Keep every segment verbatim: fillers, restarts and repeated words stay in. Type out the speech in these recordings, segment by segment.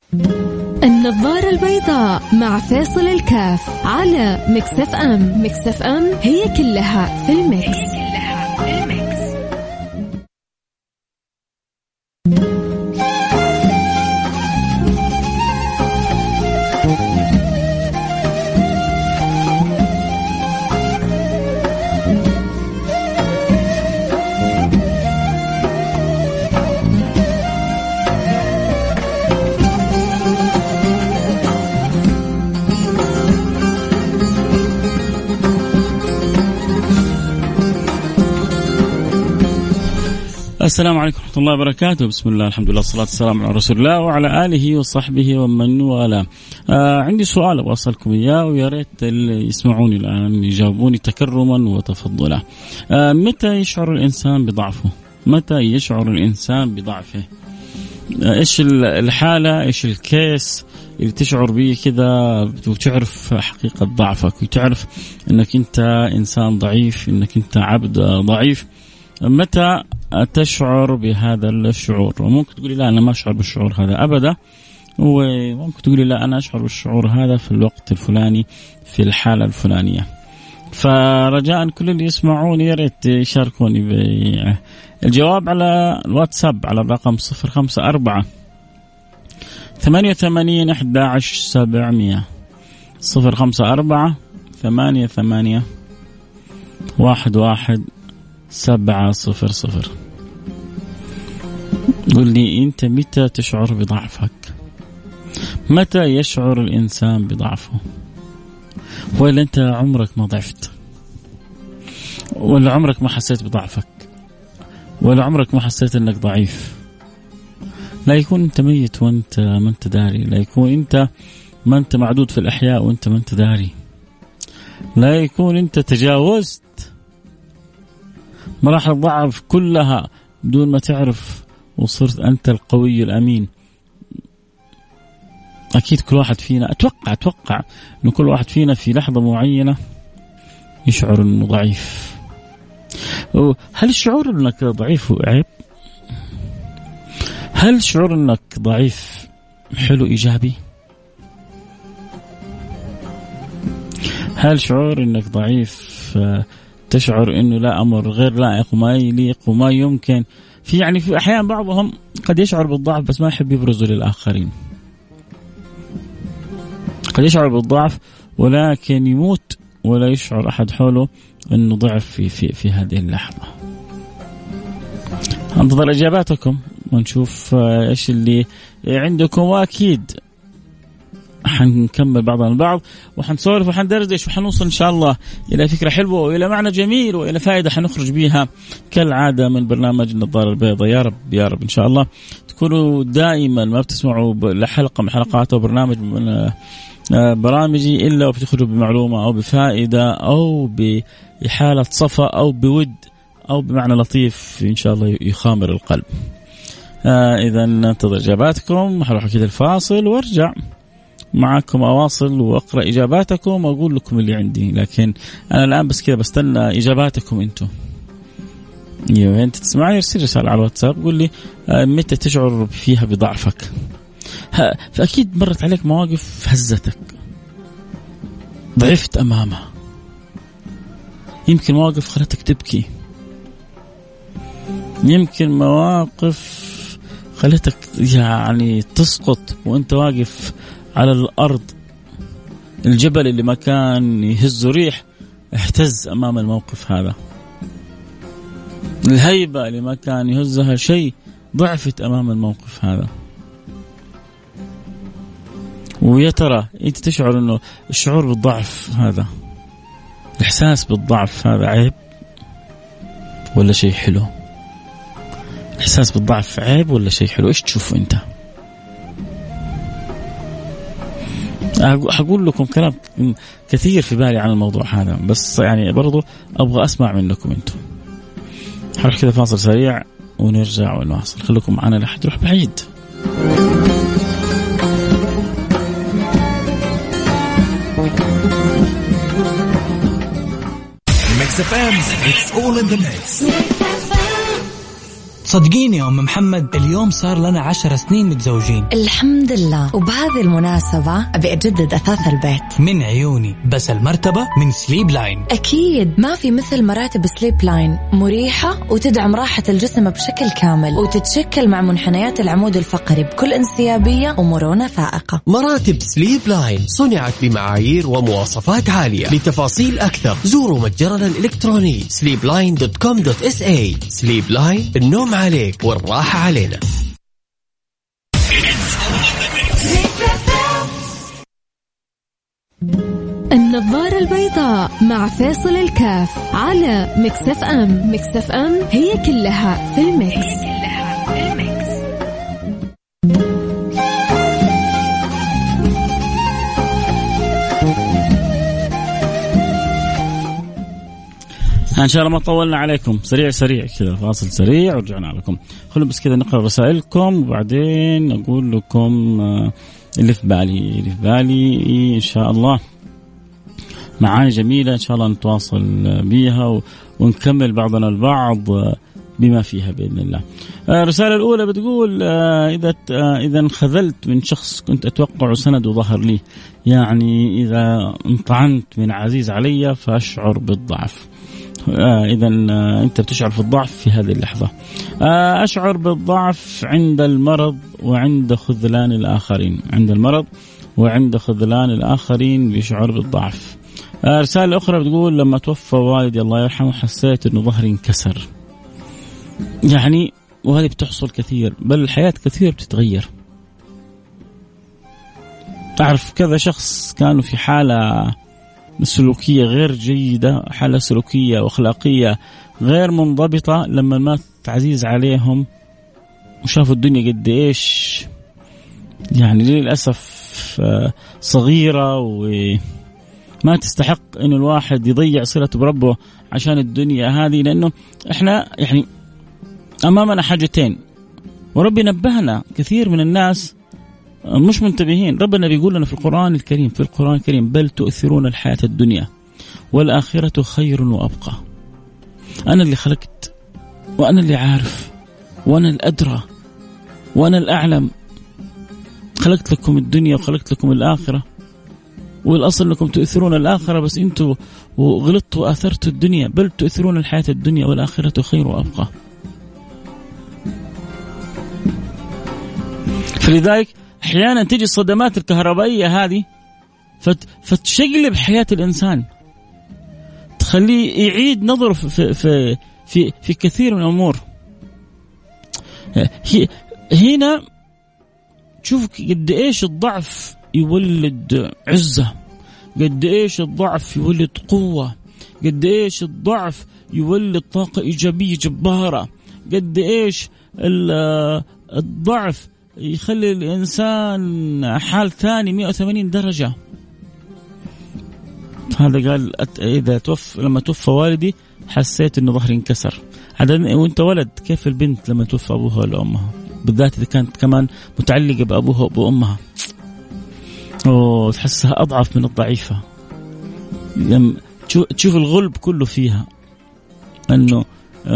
النظارة البيضاء مع فاصل الكاف على ميكس اف ام. ميكس اف ام هي كلها في الميكس. السلام عليكم ورحمة الله وبركاته. بسم الله الحمد لله والصلاة والسلام على رسول الله وعلى آله وصحبه ومن والاه. آه عندي سؤال أبغى أسألكم إياه ويا ريت اللي يسمعوني الآن يجاوبوني تكرما وتفضلا. آه متى يشعر الإنسان بضعفه؟ متى يشعر الإنسان بضعفه؟ آه إيش الحالة، إيش الكيس اللي تشعر به كذا وتعرف حقيقة ضعفك وتعرف إنك أنت إنسان ضعيف، إنك أنت عبد ضعيف؟ متى تشعر بهذا الشعور؟ وممكن تقولي لا أنا ما أشعر بالشعور هذا أبدا، وممكن تقولي لا أنا أشعر بالشعور هذا في الوقت الفلاني في الحالة الفلانية. فرجاء كل اللي يسمعوني يا ريت يشاركوني بالجواب على الواتساب على الرقم صفر خمسة أربعة ثمانية ثمانين أحد عشر سبعمية صفر خمسة أربعة ثمانية ثمانية واحد واحد سبعة صفر صفر. قل لي أنت متى تشعر بضعفك؟ متى يشعر الإنسان بضعفه؟ ولا أنت عمرك ما ضعفت؟ ولا عمرك ما حسيت بضعفك؟ ولا عمرك ما حسيت أنك ضعيف؟ لا يكون أنت ميت وأنت ما أنت داري، لا يكون أنت ما أنت معدود في الأحياء وأنت ما أنت داري، لا يكون أنت تجاوزت مراحل الضعف كلها بدون ما تعرف وصرت أنت القوي الأمين. أكيد كل واحد فينا أتوقع أتوقع إنه كل واحد فينا في لحظة معينة يشعر إنه ضعيف. هل الشعور إنك ضعيف عيب؟ هل شعور إنك ضعيف حلو إيجابي؟ هل شعور إنك ضعيف تشعر إنه لا أمر غير لائق وما يليق وما يمكن؟ في يعني في أحيان بعضهم قد يشعر بالضعف بس ما يحب يبرزه للآخرين، قد يشعر بالضعف ولكن يموت ولا يشعر أحد حوله إنه ضعف في في في هذه اللحظة. انتظر إجاباتكم ونشوف إيش اللي عندكم، وأكيد حنكمل بعضنا البعض وحنسولف وحندردش وحنوصل إن شاء الله إلى فكرة حلوة وإلى معنى جميل وإلى فائدة حنخرج بيها كالعادة من برنامج النظارة البيضاء. يا رب يا رب إن شاء الله تكونوا دائما ما بتسمعوا لحلقة من حلقات أو برنامج من برامجي إلا وبتخرجوا بمعلومة أو بفائدة أو بحالة صفا أو بود أو بمعنى لطيف إن شاء الله يخامر القلب. آه إذا ننتظر إجاباتكم. حروح كده الفاصل وارجع معكم أواصل وأقرأ إجاباتكم وأقول لكم اللي عندي، لكن أنا الآن بس كده بستنى إجاباتكم أنتم. أيوة أنت تسمعني ارسل رسالة على الواتساب قول لي متى تشعر فيها بضعفك. فأكيد مرت عليك مواقف هزتك ضعفت أمامها، يمكن مواقف خلتك تبكي، يمكن مواقف خلتك يعني تسقط وأنت واقف على الأرض. الجبل اللي ما كان يهز ريح اهتز أمام الموقف هذا، الهيبة اللي ما كان يهزها شيء ضعفت أمام الموقف هذا. ويا ترى أنت تشعر أنه الشعور بالضعف هذا، الإحساس بالضعف هذا عيب ولا شيء حلو؟ الإحساس بالضعف عيب ولا شيء حلو؟ إيش تشوف أنت؟ هقول لكم كلام كثير في بالي عن الموضوع هذا، بس يعني برضو أبغى أسمع منكم أنتم. حروح كذا فاصل سريع ونرجع ونواصل. خليكم معنا لحد تروح بعيد. Mix إف إم, it's all in the mix. صدقيني يا أم محمد اليوم صار لنا عشر سنين متزوجين. الحمد لله. وبهذه المناسبة أبي أجدد أثاث البيت. من عيوني، بس المرتبة من سليب لاين. أكيد ما في مثل مراتب سليب لاين، مريحة وتدعم راحة الجسم بشكل كامل، وتتشكل مع منحنيات العمود الفقري بكل انسيابية ومرونة فائقة. مراتب سليب لاين صنعت بمعايير ومواصفات عالية. لتفاصيل أكثر زوروا متجرنا الإلكتروني سليب لاين دوت كوم دوت إس إيه. سليب لاين، النوم عليك والراحة علينا. النظارة البيضاء مع فاصل الكاف على مكسف أم. مكسف أم هي كلها في المكس. إن شاء الله ما طولنا عليكم. سريع سريع كذا فاصل سريع ورجعنا لكم. خلوا بس كذا نقرأ رسائلكم وبعدين أقول لكم اللي في بالي اللي في بالي إن شاء الله. معاني جميلة إن شاء الله نتواصل بيها ونكمل بعضنا البعض بما فيها بإذن الله. الرسالة الأولى بتقول إذا إذا انخذلت من شخص كنت أتوقع سند وظهر لي، يعني إذا انطعنت من عزيز علي فأشعر بالضعف. آه إذا آه أنت بتشعر في الضعف في هذه اللحظة. آه أشعر بالضعف عند المرض وعند خذلان الآخرين. عند المرض وعند خذلان الآخرين بيشعر بالضعف. آه رسالة أخرى بتقول لما توفى والدي الله يرحمه حسيت إنه ظهري انكسر. يعني وهذه بتحصل كثير، بل الحياة كثير بتتغير. أعرف كذا شخص كانوا في حالة سلوكية غير جيدة، حالة سلوكية وأخلاقية غير منضبطة، لما مات عزيز عليهم وشافوا الدنيا قد إيش يعني للأسف صغيرة وما تستحق إنه الواحد يضيع صلته بربه عشان الدنيا هذه. لأنه إحنا يعني أمامنا حاجتين، وربي نبهنا. كثير من الناس مش منتبهين. ربنا بيقول لنا في القرآن الكريم في القرآن الكريم بل تؤثرون الحياة الدنيا والآخرة خير وأبقى. أنا اللي خلقت وأنا اللي عارف وأنا الأدرى وأنا الأعلم. خلقت لكم الدنيا وخلقت لكم الآخرة، والأصل لكم تؤثرون الآخرة، بس أنتوا وغلطتوا وآثرتوا الدنيا. بل تؤثرون الحياة الدنيا والآخرة خير وأبقى. فلذلك أحيانا تجي الصدمات الكهربائية هذه فت فتشقلب حياة الإنسان، تخليه يعيد نظره في في في في كثير من الأمور. هنا شوف قد إيش الضعف يولد عزة، قد إيش الضعف يولد قوة، قد إيش الضعف يولد طاقة إيجابية جبارة، قد إيش الضعف يخلي الإنسان حال ثاني مئة وثمانين درجة. هذا قال إذا توفى لما توفى والدي حسيت إنه ظهري انكسر. هذا وأنت ولد، كيف البنت لما توفى أبوها ولا أمها، بالذات إذا كانت كمان متعلقة بأبوها وبأمها، أو تحسها أضعف من الضعيفة. لما تشوف الغلب كله فيها أنه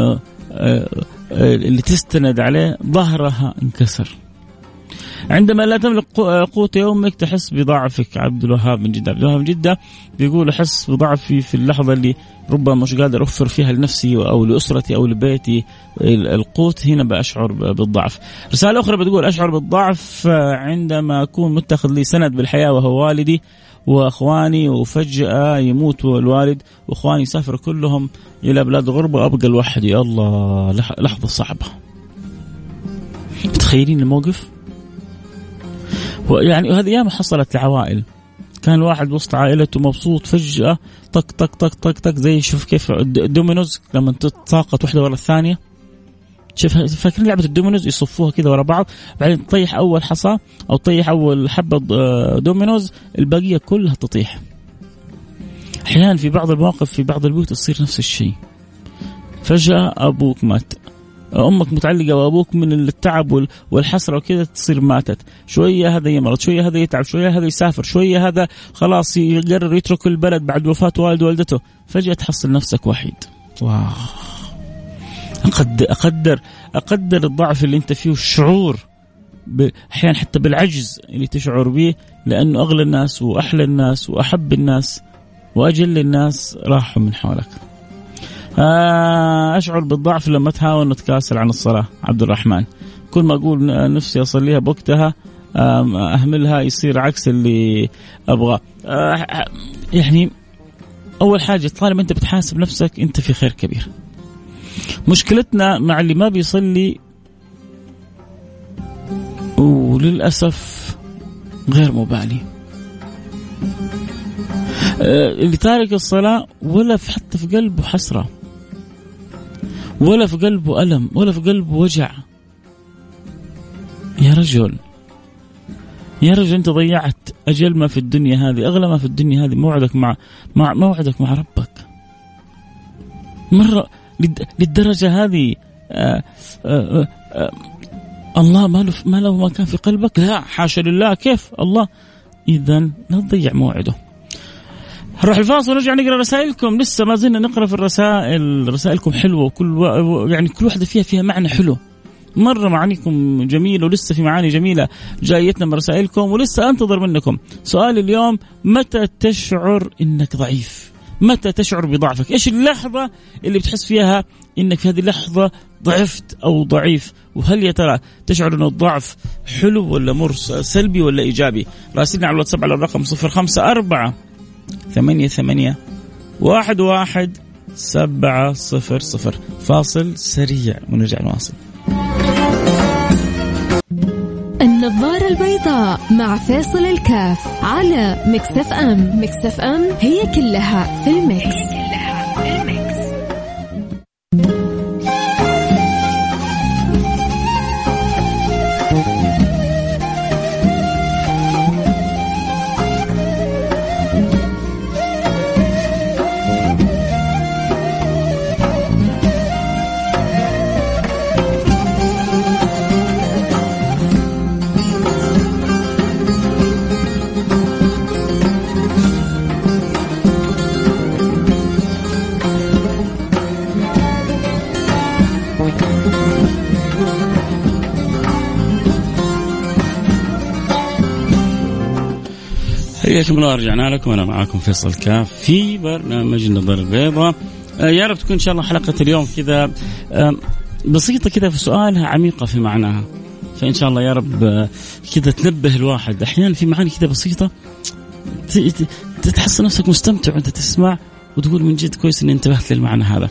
اللي تستند عليه ظهرها انكسر. عندما لا تملك قوت يومك تحس بضعفك. عبد الوهاب من جدة. عبد الوهاب من جدة بيقول أحس بضعفي في اللحظة اللي ربما مش قادر أوفر فيها لنفسي أو لأسرتي أو لبيتي القوت، هنا بأشعر بالضعف. رسالة أخرى بتقول أشعر بالضعف عندما أكون متخذ لي سند بالحياة وهو والدي وأخواني، وفجأة يموت الوالد وأخواني يسافروا كلهم إلى بلاد الغربة وأبقى لوحدي. الله، لحظة صعبة. تخيلين الموقف؟ يعني هذه أيام حصلت لعوائل، كان الواحد وسط عائلته مبسوط، فجأة طق طق طق طق طق، زي شوف كيف الدومينوز لما تتساقط واحدة ورا الثانية. شوف فاكرين لعبة الدومينوز يصفوها كذا ورا بعض، بعدين تطيح أول حصى أو تطيح أول حبة دومينوز، الباقية كلها تطيح. أحيانا في بعض المواقف في بعض البيوت تصير نفس الشيء. فجأة أبوك مات، أمك متعلقة وأبوك من التعب والحسرة وكذا تصير ماتت. شوية هذا يمرض، شوية هذا يتعب، شوية هذا يسافر، شوية هذا خلاص يقرر يترك البلد بعد وفاة والد والدته. فجأة تحصل نفسك وحيد. واو، أقدر أقدر أقدر الضعف اللي أنت فيه والشعور أحيانا حتى بالعجز اللي تشعر به، لأنه أغلى الناس وأحلى الناس وأحب الناس وأجل الناس راحوا من حولك. أشعر بالضعف لما تحاول نتكاسل عن الصلاة. عبد الرحمن: كل ما أقول نفسي أصليها بوقتها أهملها يصير عكس اللي أبغاه. يعني أول حاجة طالما أنت بتحاسب نفسك أنت في خير كبير. مشكلتنا مع اللي ما بيصلي وللأسف غير مبالي، اللي تارك الصلاة ولا في حتى في قلبه حسرة ولا في قلبه ألم ولا في قلبه وجع. يا رجل يا رجل أنت ضيعت أجل ما في الدنيا هذه، أغلى ما في الدنيا هذه، موعدك مع مع موعدك مع ربك. مرة للدرجة هذه آآ آآ آآ الله ما له ما له ما كان في قلبك؟ لا حاشا لله، كيف الله؟ إذا لا تضيع موعده. نروح الفاصل ونرجع نقرأ رسائلكم. لسه ما زلنا نقرأ في الرسائل، رسائلكم حلوة وكل و... يعني كل واحدة فيها فيها معنى حلو، مرة معانيكم جميلة ولسه في معاني جميلة جايتنا من رسائلكم، ولسه أنتظر منكم. سؤال اليوم: متى تشعر إنك ضعيف؟ متى تشعر بضعفك؟ إيش اللحظة اللي بتحس فيها إنك في هذه اللحظة ضعفت أو ضعيف؟ وهل يا ترى تشعر إنه الضعف حلو ولا مر، سلبي ولا إيجابي؟ راسلنا على الواتساب على الرقم صفر خمسة أربعة ثمانية ثمانية واحد واحد سبعة صفر صفر. فاصل سريع ونرجع نواصل. النظارة البيضاء مع فاصل الكاف على ميكس اف ام. ميكس اف ام هي كلها في الميكس. حياكم الله، رجعنا لكم. أنا معاكم فيصل كاف في برنامج النظارة البيضاء. يا رب تكون إن شاء الله حلقة اليوم كذا بسيطة كذا في سؤالها، عميقة في معناها. فإن شاء الله يا رب كذا تنبه الواحد. أحيانا في معاني كذا بسيطة تحس نفسك مستمتع وأنت تسمع وتقول من جد كويس إني انتبهت للمعنى هذا.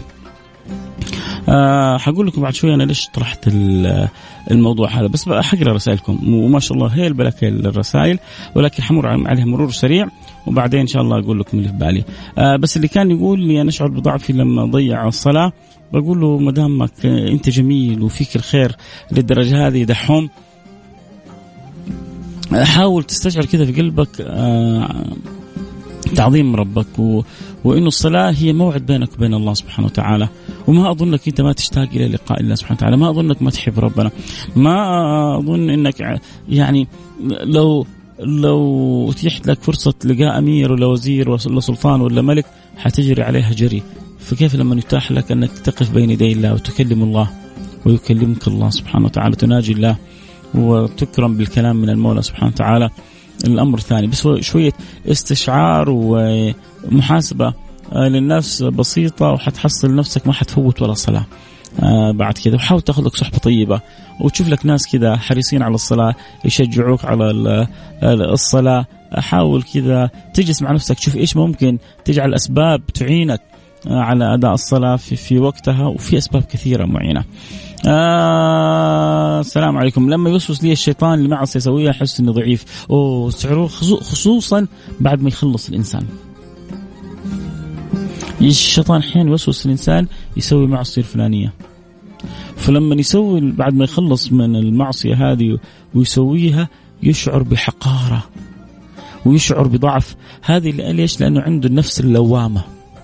أه حقول لكم بعد شوي أنا ليش طرحت الموضوع هذا، بس بقى حقرأ رسائلكم وما شاء الله هي البلكة الرسائل، ولكن حمر عليها مرور سريع وبعدين إن شاء الله أقول لكم اللي في بالي. أه بس اللي كان يقول لي أنا أشعر بضعفي لما ضيع الصلاة، بقول له مدامك أنت جميل وفيك الخير للدرجة هذه دحوم، حاول تستشعر كذا في قلبك أه تعظيم ربك و... وإنه الصلاة هي موعد بينك وبين الله سبحانه وتعالى. وما أظنك أنت ما تشتاق إلى لقاء الله سبحانه وتعالى، ما أظنك ما تحب ربنا، ما أظن إنك يعني لو لو تحت لك فرصة لقاء أمير ولا وزير ولا سلطان ولا ملك حتجري عليها جري. فكيف لما يتاح لك أنك تقف بين يدي الله وتكلم الله ويكلمك الله سبحانه وتعالى، تناجي الله وتكرم بالكلام من المولى سبحانه وتعالى، الأمر ثاني. بس شوية استشعار ومحاسبة للنفس بسيطة وحتحصل نفسك ما حتفوت ولا صلاة بعد كذا. وحاول تأخذ لك صحبة طيبة وتشوف لك ناس كذا حريصين على الصلاة يشجعوك على الصلاة. حاول كذا تجلس مع نفسك تشوف إيش ممكن تجعل أسباب تعينك على أداء الصلاة في, في وقتها، وفي أسباب كثيرة معينة. آه السلام عليكم. لما يوسوس لي الشيطان اللي معصية يسويها أحس إني ضعيف، أوه خصوصا بعد ما يخلص الإنسان. الشيطان أحيانا يوسوس الإنسان يسوي معصية الفلانية، فلما يسوي بعد ما يخلص من المعصية هذه ويسويها يشعر بحقارة ويشعر بضعف. هذه ليش؟ لأنه عنده النفس اللوامة.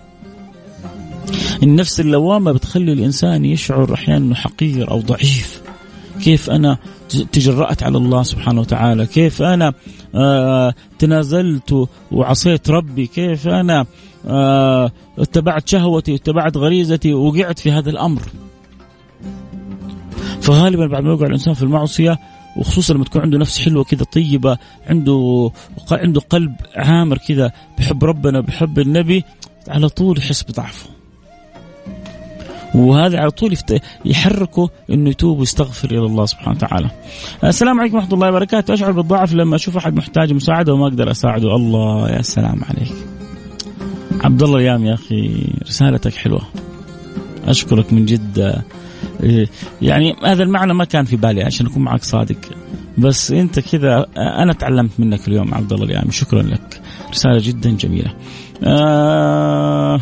النفس اللوامة بتخلي الإنسان يشعر أحيانا أنه حقير أو ضعيف. كيف أنا تجرأت على الله سبحانه وتعالى، كيف أنا آه تنازلت وعصيت ربي، كيف أنا آه اتبعت شهوتي واتبعت غريزتي ووقعت في هذا الأمر. فغالبا بعد ما يوقع الإنسان في المعصية، وخصوصا لما تكون عنده نفس حلوة كذا طيبة، عنده عنده قلب عامر كذا بحب ربنا بحب النبي، على طول يحس بضعفه، وهذا على طول يحركه إنه يتوب ويستغفر إلى الله سبحانه وتعالى. السلام عليكم ورحمة الله وبركاته. أشعر بالضعف لما أشوف أحد محتاج مساعدة وما أقدر أساعده. الله يا سلام عليك عبد الله اليام، يا أخي رسالتك حلوة، أشكرك من جد. يعني هذا المعنى ما كان في بالي عشان أكون معك صادق، بس أنت كذا أنا تعلمت منك اليوم عبد الله اليام، شكرا لك، رسالة جدا جميلة. آه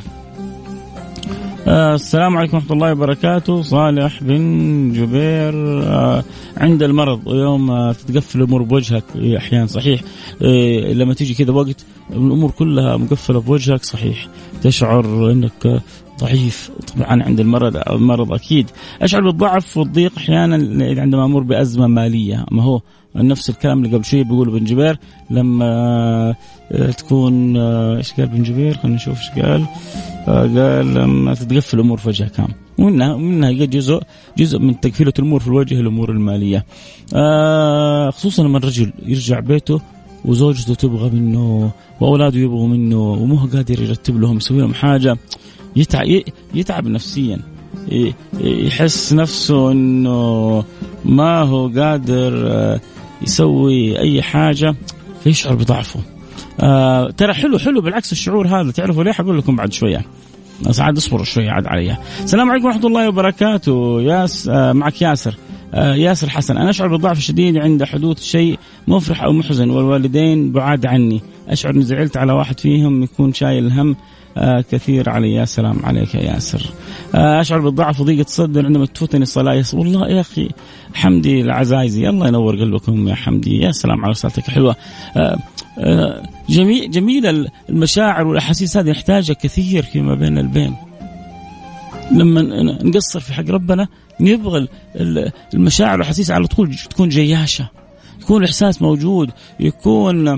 آه السلام عليكم ورحمة الله وبركاته. صالح بن جبير، آه عند المرض ويوم آه تتقفل الأمور بوجهك أحيانا، صحيح. آه لما تيجي كذا وقت الأمور كلها مقفلة بوجهك، صحيح تشعر أنك ضعيف. طبعا عند المرض المرض أكيد أشعر بالضعف والضيق أحيانا عندما أمر بأزمة مالية. ما هو نفس الكلام اللي قبل شوي بيقوله بن جبير، لما تكون إيش قال بن جبير، خلينا نشوف إيش قال. قال لما تتقفل الأمور في وجهك كام، ومنها منها جزء جزء من تقفيلة الأمور في الوجه الأمور المالية، خصوصا لما الرجل يرجع بيته وزوجته تبغى منه وأولاده يبغوا منه ومو قادر يرتب لهم يسوي لهم حاجة، يتعب يتعب نفسيا، يحس نفسه إنه ما هو قادر يسوي أي حاجة، فيشعر بضعفه. آه ترى حلو حلو بالعكس الشعور هذا، تعرفوا ليه؟ حقول لكم بعد شوية، عاد اصبروا شوية عاد عليها. السلام عليكم ورحمة الله وبركاته. ياس آه معك ياسر آه ياسر حسن. أنا أشعر بالضعف الشديد عند حدوث شيء مفرح أو محزن والوالدين بعاد عني، أشعر إني زعلت على واحد فيهم يكون شايل الهم آه كثير علي. يا سلام عليك يا ياسر. آه أشعر بالضعف وضيقة صدر عندما تفوتني الصلاة. والله يا أخي حمدي العزايزي، الله ينور قلبكم يا حمدي، يا سلام على رسالتك حلوة. آه آه جميل جميل المشاعر والأحاسيس هذه نحتاجها كثير فيما بين البين. لما نقصر في حق ربنا نبغى المشاعر والأحاسيس على طول تكون جياشة، يكون الإحساس موجود، يكون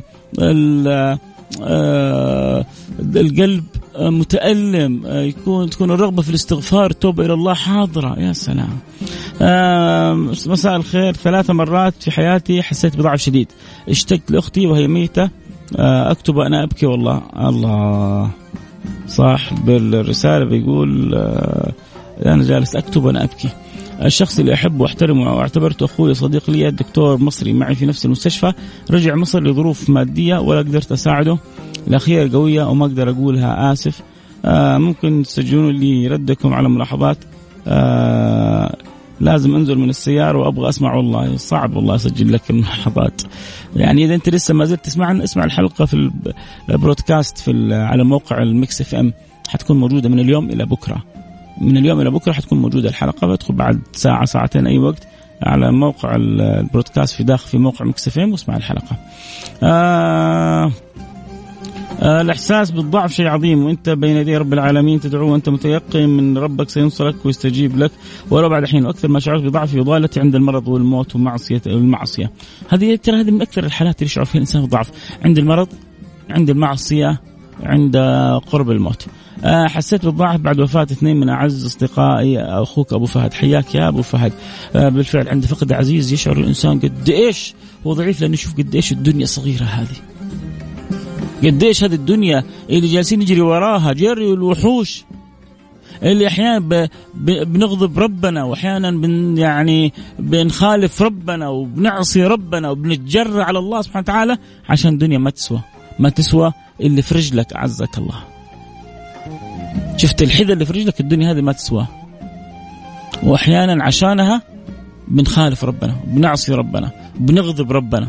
القلب متألم، يكون تكون الرغبة في الاستغفار التوبة إلى الله حاضرة. يا سلام. مساء الخير. ثلاث مرات في حياتي حسيت بضعف شديد، اشتقت لأختي وهي ميتة، أكتب أنا أبكي. والله الله صاحب الرسالة بيقول أنا جالس أكتب أنا أبكي. الشخص اللي أحبه وأحترمه واعتبرته أخوي صديق لي، الدكتور مصري معي في نفس المستشفى، رجع مصر لظروف مادية ولا قدرت أساعده. الأخير قوية وما أقدر أقولها، آسف. آه ممكن تسجلوا لي ردكم على ملاحظات. آه لازم أنزل من السيارة وأبغى أسمع. والله صعب والله أسجل لك الملاحظات. يعني إذا أنت لسه ما زلت تسمعنا، اسمع الحلقة في البرودكاست في على موقع الميكس اف ام، حتكون موجودة من اليوم إلى بكرة. من اليوم إلى بكرة حتكون موجودة الحلقة، بدخل بعد ساعة ساعتين أي وقت على موقع البرودكاست في داخل في موقع ميكس اف ام واسمع الحلقة. آه آه الإحساس بالضعف شيء عظيم، وأنت بين يدي رب العالمين تدعو وأنت متيقن من ربك سينصرك ويستجيب لك ولو بعد حين. وأكثر ما شعرت بضعفي وضالتي عند المرض والموت ومعصية المعصية. هذه ترى هذه من أكثر الحالات اللي يشعر فيها الإنسان بالضعف، عند المرض، عند المعصية، عند قرب الموت. آه حسيت بالضعف بعد وفاة اثنين من أعز أصدقائي، أخوك أبو فهد، حياك يا أبو فهد. آه بالفعل عند فقد عزيز يشعر الإنسان قد إيش هو ضعيف، لأنه يشوف قد إيش الدنيا صغيرة هذه، قد إيش هذه الدنيا اللي جالسين نجري وراها جري الوحوش، اللي أحيانا ب... ب... بنغضب ربنا، وأحيانا بن يعني بنخالف ربنا وبنعصي ربنا وبنتجرى على الله سبحانه وتعالى عشان الدنيا ما تسوى ما تسوى اللي في رجلك. أعزك الله، شفت الحذاء اللي في رجلك، الدنيا هذه ما تسوى، وأحيانا عشانها بنخالف ربنا، بنعصي ربنا، بنغضب ربنا.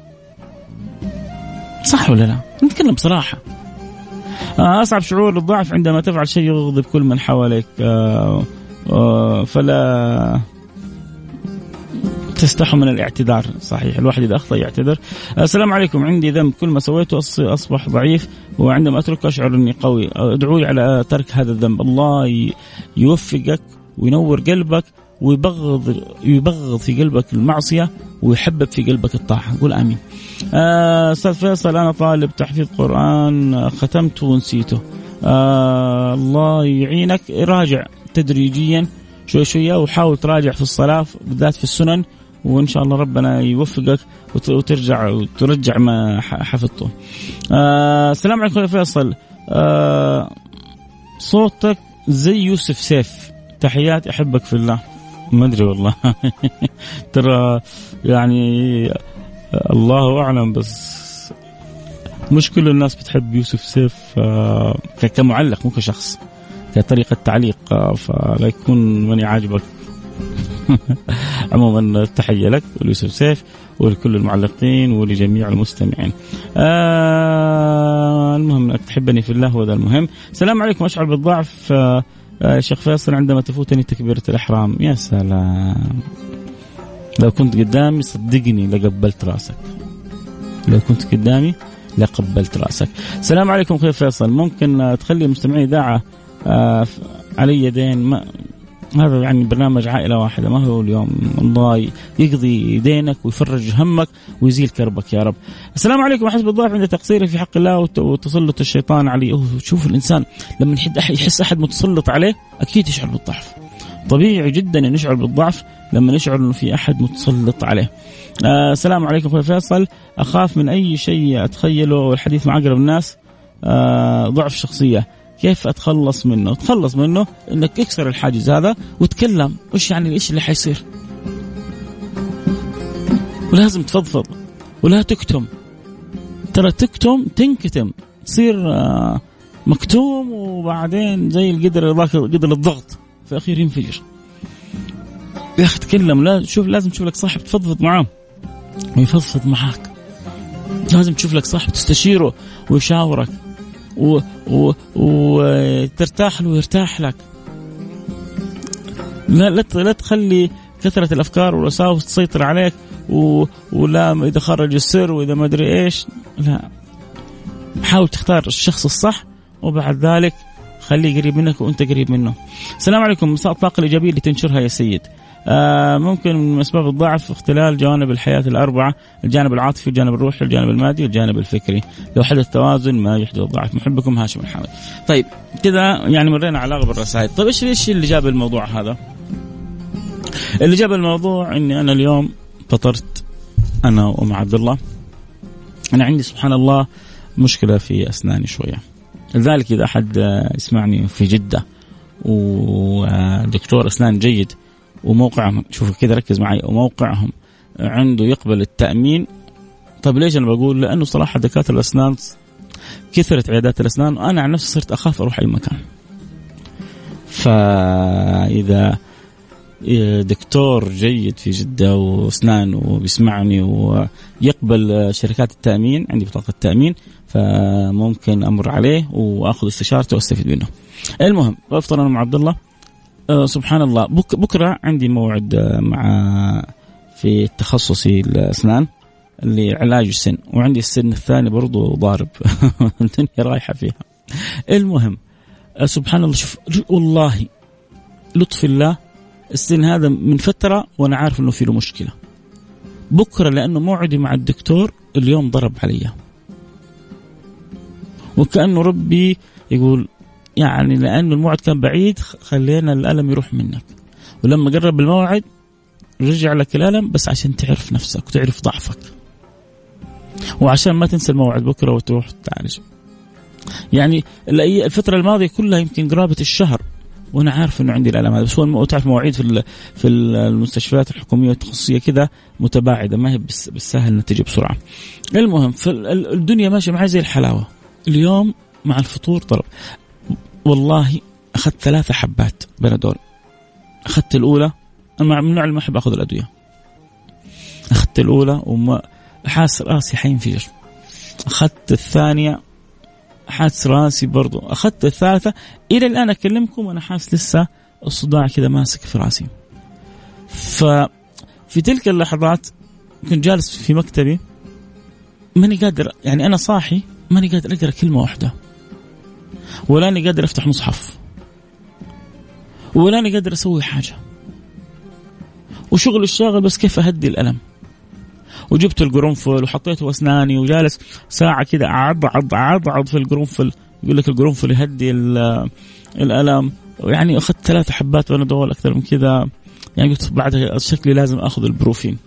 صح ولا لا؟ نتكلم بصراحة. أصعب شعور الضعف عندما تفعل شيء يغضب كل من حواليك، فلا تستحوا من الاعتذار. صحيح، الواحد إذا أخطأ يعتذر. السلام عليكم، عندي ذنب كل ما سويته أصبح ضعيف، وعندما أترك أشعر أني قوي. ادعوا لي على ترك هذا الذنب. الله يوفقك وينور قلبك ويبغض يبغض في قلبك المعصية ويحبب في قلبك الطاعة. قول آمين. أستاذ فيصل، أنا طالب تحفيظ قرآن ختمته ونسيته. آه الله يعينك، راجع تدريجيا شوي شوية، وحاول تراجع في الصلاة بالذات في السنن، وإن شاء الله ربنا يوفقك وترجع وترجع ما حفظته. آه السلام عليكم يا فيصل. آه صوتك زي يوسف سيف، تحيات أحبك في الله. ما أدري والله ترى يعني الله أعلم، بس مش كل الناس بتحب يوسف سيف آه كمعلق مو كشخص، كطريقة تعليق، آه فلا يكون من يعجبك. عموما تحية لك وليوسف سيف ولكل المعلقين ولجميع المستمعين. آه المهم أنك تحبني في الله، وهذا المهم. السلام عليكم. أشعر بالضعف آه آه شيخ فيصل عندما تفوتني تكبيرة الإحرام. يا سلام، لو كنت قدامي صدقني لقبلت راسك، لو كنت قدامي لقبلت راسك. السلام عليكم أخوي فيصل، ممكن تخلي مستمعي إذاعة آه علي يدين؟ ما هذا يعني برنامج عائلة واحدة، ما هو اليوم. الله يقضي دينك ويفرج همك ويزيل كربك يا رب. السلام عليكم. حسب الضعف عند تقصيري في حق الله وتسلط الشيطان عليه. أوه شوف الإنسان لما يحس أحد متسلط عليه أكيد يشعر بالضعف، طبيعي جدا أن يشعر بالضعف لما يشعر أنه في أحد متسلط عليه. آه السلام عليكم أخوي فيصل، أخاف من أي شيء أتخيله والحديث مع أقرب الناس. آه ضعف شخصية، كيف أتخلص منه؟ تخلص منه إنك تكسر الحاجز هذا وتكلم إيش يعني إيش اللي حيصير، ولازم تفضفض ولا تكتم. ترى تكتم تنكتم، تصير آه مكتوم، وبعدين زي القدر قدر الضغط في أخير ينفجر. يا أخي تكلم، لا شوف لازم تشوف لك صاحب تفضفض معاه ويفضفض معاك، لازم تشوف لك صاحب تستشيره ويشاورك وترتاح له ويرتاح لك. لا لا تخلي كثرة الأفكار والوساوس تسيطر عليك، ولا إذا خرج السر وإذا ما أدري إيش. لا، حاول تختار الشخص الصح، وبعد ذلك خليه قريب منك وأنت قريب منه. السلام عليكم. مساء الطاقة الإيجابية اللي تنشرها يا سيد. آه ممكن من أسباب الضعف اختلال جوانب الحياة الأربعة: الجانب العاطفي، الجانب الروحي، الجانب المادي، الجانب الفكري. لو حدث توازن ما يحدث الضعف. محبكم هاشم الحامد. طيب كذا يعني مرينا على أغلب الرسائل. طيب إيش إيش اللي جاب الموضوع هذا؟ اللي جاب الموضوع إني أنا اليوم فطرت أنا وأم عبد الله. أنا عندي سبحان الله مشكلة في أسناني شوية، لذلك إذا أحد يسمعني في جدة ودكتور أسنان جيد وموقعهم، شوفوا كذا ركز معي، وموقعهم عنده يقبل التأمين. طب ليش أنا بقول؟ لأنه صراحة دكاترة الأسنان كثرت عيادات الأسنان، وأنا عن نفسي صرت أخاف أروح أي مكان. فإذا دكتور جيد في جدة وأسنان وبيسمعني ويقبل شركات التأمين، عندي بطاقة تأمين، فممكن أمر عليه وأخذ استشارته واستفيد منه. المهم أفطر أنا مع عبد الله. أه سبحان الله، بك بكرة عندي موعد مع في تخصصي الأسنان اللي علاج السن، وعندي السن الثاني برضو ضارب الدنيا رايحة فيها. المهم أه سبحان الله، شوف والله لطف الله، السن هذا من فترة وأنا عارف إنه فيه له مشكلة. بكرة لأنه موعدي مع الدكتور اليوم ضرب علي، وكأنه ربي يقول يعني لأنه الموعد كان بعيد خلينا الألم يروح منك، ولما قرب الموعد رجع لك الألم، بس عشان تعرف نفسك وتعرف ضعفك، وعشان ما تنسى الموعد بكرة وتروح تعالج. يعني الفترة الماضية كلها يمكن قرابة الشهر وأنا عارف إنه عندي الألم هذا، بس هو تعرف مواعيد في في المستشفيات الحكومية والتخصصية كده متباعدة، ما هي بالسهل نتيجة بسرعة. المهم فالدنيا ماشية معي زي الحلاوة. اليوم مع الفطور طلب والله أخذت ثلاثة حبات بنادول. أخذت الأولى، أنا من النوع اللي ما أحب أخذ الأدوية، أخذت الأولى وما حاس راسي حينفجر. أخذت الثانية حاس راسي برضو. أخذت الثالثة، إلى الآن أكلمكم وأنا حاس لسه الصداع كذا ماسك في راسي. ففي تلك اللحظات كنت جالس في مكتبي ماني قادر، يعني أنا صاحي ماني قادر أقرأ كلمة واحدة، ولا أني قادر أفتح مصحف، ولا أني قادر أسوي حاجة، وشغل الشاغل بس كيف أهدي الألم. وجبت القرنفل وحطيته أسناني وجالس ساعة كده أعض عض عض عض في القرنفل. يقول لك القرنفل يهدي الألم، يعني أخذت ثلاثة حبات بنادول أكثر من كذا، يعني قلت بعد شكلي لازم أخذ البروفين.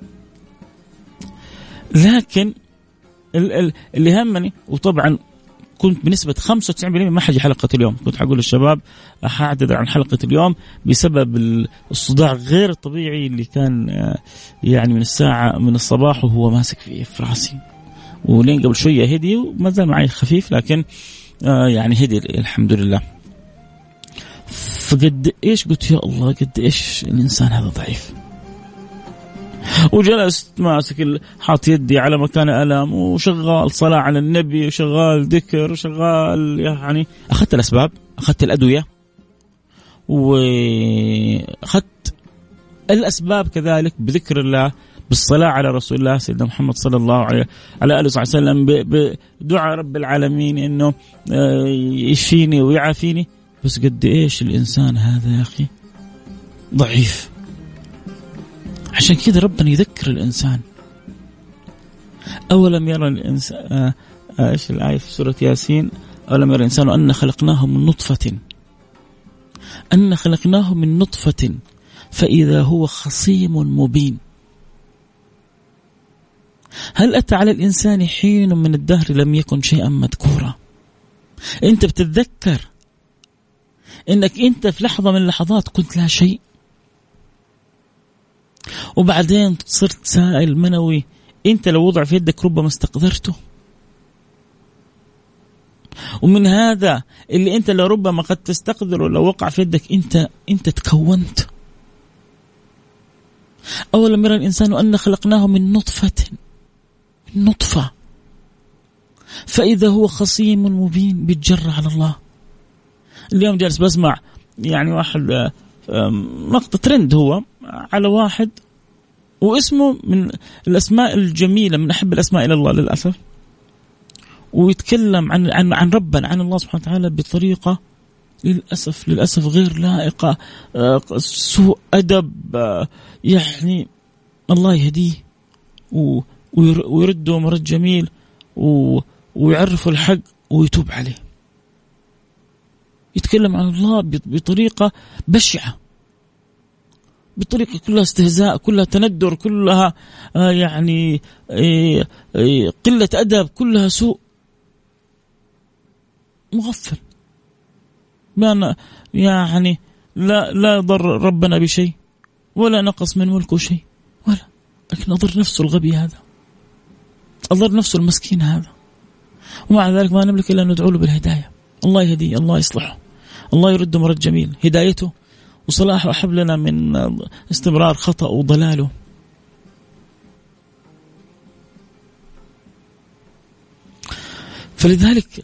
لكن اللي همني، وطبعا كنت بنسبة خمسة وتسعين بالمئة ما حاجي حلقة اليوم، كنت حقول للشباب حاعتذر عن حلقة اليوم بسبب الصداع غير الطبيعي اللي كان يعني من الساعة من الصباح وهو ماسك فيه في راسي، ولين قبل شوية هدي وما زال معي خفيف، لكن يعني هدي الحمد لله. فقد إيش قلت يا الله قد إيش الإنسان هذا ضعيف. وجلست ماسك حاط يدي على مكان ألم وشغال صلاة على النبي وشغال ذكر وشغال، يعني أخذت الأسباب، أخذت الأدوية وأخذت الأسباب كذلك بذكر الله، بالصلاة على رسول الله سيدنا محمد صلى الله عليه على آله وصحبه وسلم، بدعاء رب العالمين إنه يشفيني ويعافيني. بس قد إيش الإنسان هذا يا أخي ضعيف. عشان كذا ربنا يذكر الإنسان، أولم يرى الإنسان إيش الآية في سورة ياسين، أولم يرى الإنسان أن خلقناه من نطفة أن خلقناه من نطفة فإذا هو خصيم مبين. هل أتى على الإنسان حين من الدهر لم يكن شيئا مذكورا؟ أنت بتتذكر إنك أنت في لحظة من اللحظات كنت لا شيء، وبعدين صرت سائل منوي أنت لو وضع في يدك ربما استقدرته. ومن هذا اللي أنت لو ربما قد تستقدره لو وقع في يدك أنت أنت تكونت. أولم يرى الإنسان أن خلقناه من نطفة من نطفة فإذا هو خصيم مبين. بيتجرى على الله. اليوم جالس بسمع يعني واحد مقطع ترند هو على واحد واسمه من الأسماء الجميلة، من أحب الأسماء إلى الله للأسف، ويتكلم عن عن عن ربنا عن الله سبحانه وتعالى بطريقة للأسف للأسف غير لائقة، سوء أدب، يعني الله يهديه ويرده مرد جميل ويعرف الحق ويتوب عليه. يتكلم عن الله بطريقة بشعة، بطريقة كلها استهزاء، كلها تندر، كلها يعني قلة أدب، كلها سوء. مغفل، ما يعني لا لا يضر ربنا بشيء ولا نقص من ملكه شيء ولا، لكن أضر نفسه الغبي هذا، أضر نفسه المسكين هذا، ومع ذلك ما نملك إلا أن ندعو له بالهداية. الله يهديه، الله يصلحه، الله يرد مرد جميل. هدايته وصلاحه أحب لنا من استمرار خطأ وضلاله. فلذلك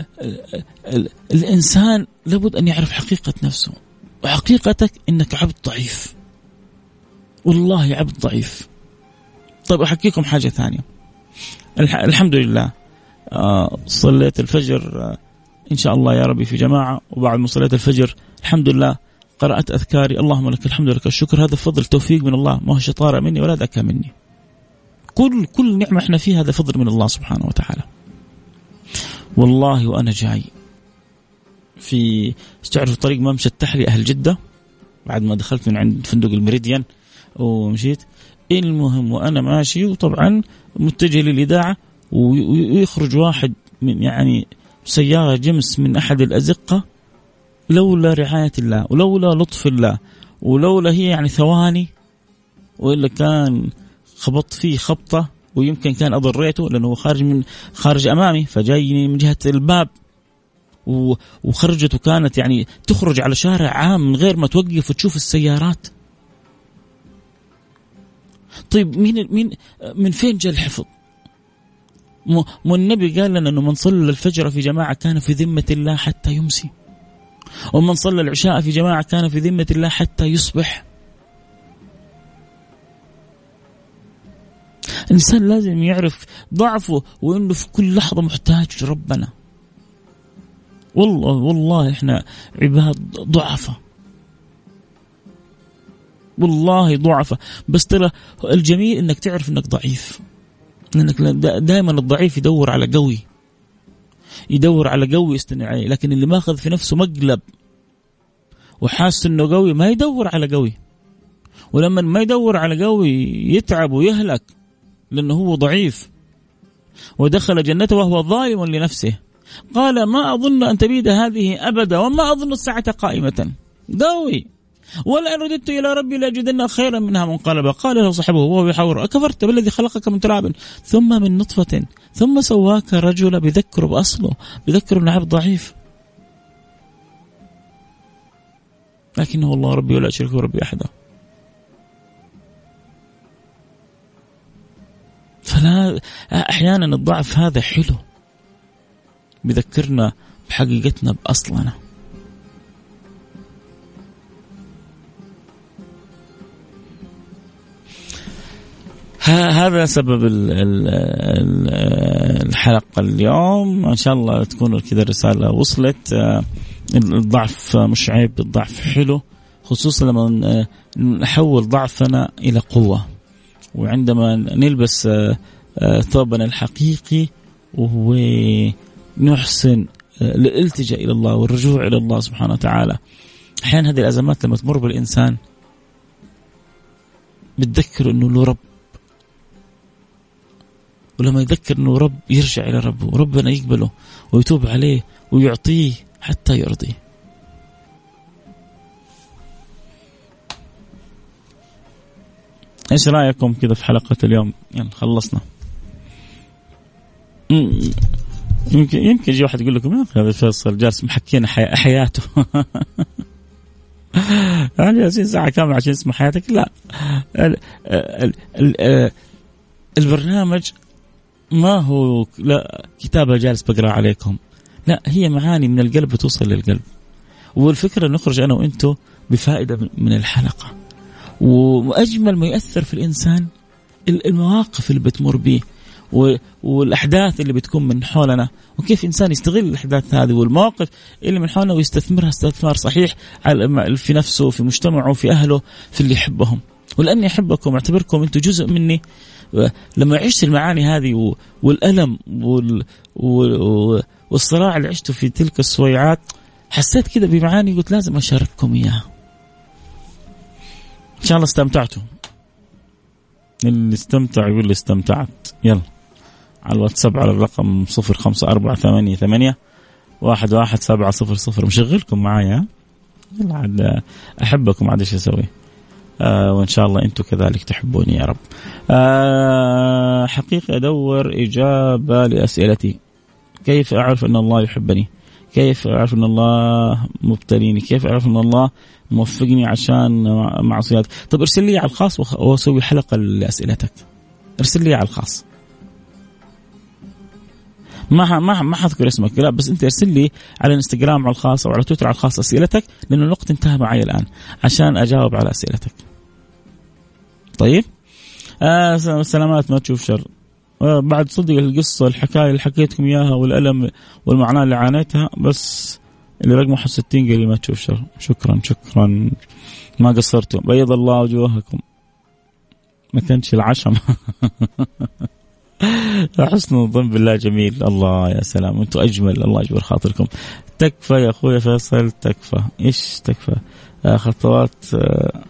الإنسان لابد أن يعرف حقيقة نفسه، وحقيقتك إنك عبد ضعيف، والله عبد ضعيف. طيب أحكيكم حاجة ثانية. الحمد لله صليت الفجر إن شاء الله يا ربي في جماعة، وبعد ما صليت الفجر الحمد لله قرأت أذكاري، اللهم لك الحمد لك الشكر. هذا فضل توفيق من الله، ما هو شطارة مني ولا ذكاء مني. كل كل نعمة احنا فيها هذا فضل من الله سبحانه وتعالى. والله وأنا جاي في تعرف طريق ممشى التحري أهل جدة، بعد ما دخلت من عند فندق الميريديان ومشيت، المهم وأنا ماشي وطبعا متجه للإذاعة، ويخرج واحد من يعني سيارة جمس من أحد الأزقة، لولا رعاية الله ولولا لطف الله ولولا هي يعني ثواني، وإلا كان خبط فيه خبطة ويمكن كان أضريته، لأنه خارج من خارج أمامي فجايني من جهة الباب، وخرجته كانت يعني تخرج على شارع عام من غير ما توقف وتشوف السيارات. طيب مين مين من فين جاء الحفظ؟ مو النبي قال لنا أنه من صلى الفجر في جماعة كان في ذمة الله حتى يمسي، ومن صلى العشاء في جماعة كان في ذمة الله حتى يصبح. الإنسان لازم يعرف ضعفه، وإنه في كل لحظة محتاج لربنا. والله والله إحنا عباد ضعفة، والله ضعفة. بس ترى الجميل إنك تعرف إنك ضعيف، إنك دائما الضعيف يدور على قوي، يدور على قوي يستنى عليه، لكن اللي ما أخذ في نفسه مقلب وحاس إنه قوي ما يدور على قوي، ولما ما يدور على قوي يتعب ويهلك لأنه هو ضعيف. ودخل جنته وهو ظالم لنفسه قال ما أظن أن تبيد هذه أبدا وما أظن الساعة قائمة. قوي ولا أن رددت إلى ربي لأجدن خيرا منها منقلبا. قال له صاحبه وهو يحاور أكفرت بالذي خلقك من تراب ثم من نطفة ثم سواك رجلا. بذكر بأصله، بذكر ابن عبد ضعيف، لكنه الله ربي ولا أشرك بربي أحدا. فلا أحيانا الضعف هذا حلو، بذكرنا بحقيقتنا بأصلنا. هذا سبب الحلقة اليوم. إن شاء الله تكون كذا الرسالة وصلت. الضعف مش عيب، الضعف حلو، خصوصا لما نحول ضعفنا إلى قوة، وعندما نلبس ثوبنا الحقيقي وهو نحسن الالتجاء إلى الله والرجوع إلى الله سبحانه وتعالى. أحيانا هذه الأزمات لما تمر بالإنسان بتذكر أنه له رب، ولما يذكر أنه رب يرجع إلى ربه وربنا يقبله ويتوب عليه ويعطيه حتى يرضيه. إيش رأيكم كذا في حلقة اليوم؟ يعني خلصنا. يمكن يمكن يجي واحد يقول لكم يا أخي هذا فيصل جالس محكينا حي... حياته يعني جالسين ساعة كاملة عشان اسمه حياتك. لا، ال... ال... ال... البرنامج ما هو لا كتابة جالس بقرأ عليكم، لا، هي معاني من القلب بتوصل للقلب. والفكرة نخرج أنا وإنتو بفائدة من الحلقة. وأجمل ما يأثر في الإنسان المواقف اللي بتمر به والأحداث اللي بتكون من حولنا، وكيف إنسان يستغل الأحداث هذه والمواقف اللي من حولنا ويستثمرها استثمار صحيح في نفسه، في مجتمعه، في أهله، في اللي يحبهم. ولأني أحبكم أعتبركم أنتم جزء مني. لما عشت المعاني هذه والألم والصراع اللي عشته في تلك السويعات حسيت كده بمعاني، قلت لازم أشارككم إياها. إن شاء الله استمتعتوا. اللي استمتع يقول لي استمتعت. يلا على الواتساب على الرقم صفر خمسة أربعة ثمانية ثمانية واحد واحد سبعة صفر صفر. مشغلكم معايا، عاد أحبكم، عاد إيش أسوي. آه وإن شاء الله أنتم كذلك تحبوني يا رب. آه حقيقة أدور إجابة لأسئلتي. كيف أعرف أن الله يحبني؟ كيف أعرف أن الله مبتليني؟ كيف أعرف أن الله موفقني عشان معصيات؟ طب ارسل لي على الخاص وأسوي حلقة لأسئلتك. ارسل لي على الخاص، ما ما ما حذكر اسمك، لا، بس أنت ارسل لي على الانستغرام على الخاص أو على تويتر على الخاص أسئلتك، لأن الوقت انتهى معي الآن عشان أجاوب على أسئلتك. طيب آه سلامات، ما تشوف شر. آه بعد صدق القصة الحكاية اللي حكيتكم إياها والألم والمعاناة اللي عانيتها، بس اللي رقمه ستين قال لي ما تشوف شر. شكرا شكرا، ما قصرتم. بيض الله وجوهكم. ما كانش العشم حسن الظن بالله جميل. الله يا سلام، انتم أجمل، الله يجبر خاطركم. تكفى يا أخوي فيصل، تكفى. إيش تكفى؟ آه خطوات آه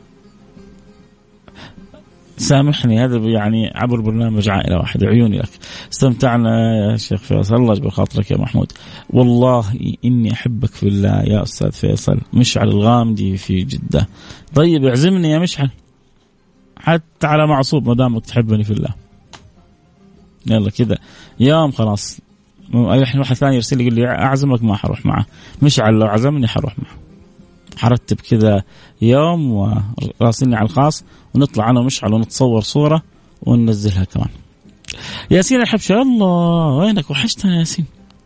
سامحني، هذا يعني عبر برنامج عائلة واحدة. عيوني لك. استمتعنا يا شيخ فيصل، الله يجبر خاطرك يا محمود. والله إني أحبك في الله يا أستاذ فيصل. مشعل الغامدي في جدة. طيب اعزمني يا مشعل حتى على معصوب ما دامك تحبني في الله. يلا كذا يوم خلاص. الحين واحد ثاني يرسل لي يقول لي أعزمك، ما حروح معه. مشعل لو عزمني حروح معه. حرتب كذا يوم وراسلني على الخاص ونطلع أنا ومشعل ونتصور صورة وننزلها كمان. ياسين الحبشة، الله وينك؟ وحشتنا ياسين،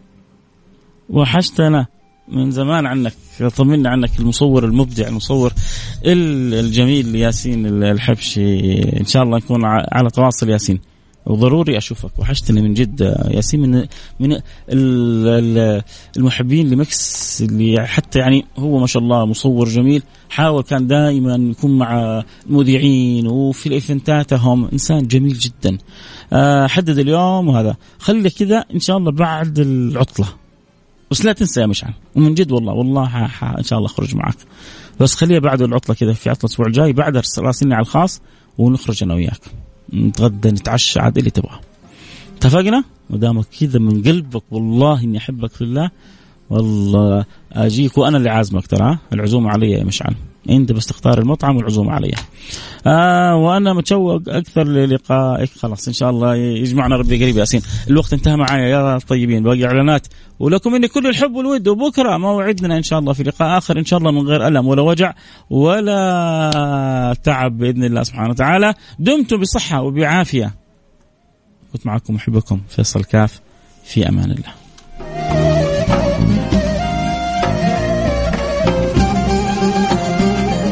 وحشتنا من زمان عنك. طمنا عنك، المصور المبدع، المصور الجميل ياسين الحبشي. إن شاء الله نكون على تواصل ياسين، وضروري أشوفك. وحشتني من جد ياسين، من من المحبين لمكس، اللي حتى يعني هو ما شاء الله مصور جميل. حاول كان دائما يكون مع المذيعين وفي الإيفنتاتهم، إنسان جميل جدا. حدد اليوم وهذا، خلي كذا إن شاء الله بعد العطلة بس لا تنسى يا مشعل، ومن جد والله والله ح... ح... إن شاء الله أخرج معك، بس خليها بعد العطلة كذا، في عطلة الأسبوع الجاي بعد راسلني على الخاص ونخرج أنا وياك نتغدى نتعشى عاد اللي تبغاه. اتفقنا؟ ودامك كذا من قلبك والله إني أحبك في الله والله أجيك، وأنا اللي عازمك ترى، العزومة علي يا مشعل، أنت بس تختار المطعم والعزومة علي. آه وأنا متشوق أكثر للقائك. خلاص إن شاء الله يجمعنا ربي قريب. ياسين الوقت انتهى معايا يا طيبين، باقي إعلانات ولكم مني كل الحب والود، وبكرة موعدنا إن شاء الله في لقاء آخر إن شاء الله من غير ألم ولا وجع ولا تعب بإذن الله سبحانه وتعالى. دمتم بصحة وبعافية. كنت معكم محبكم فيصل كاف، في أمان الله.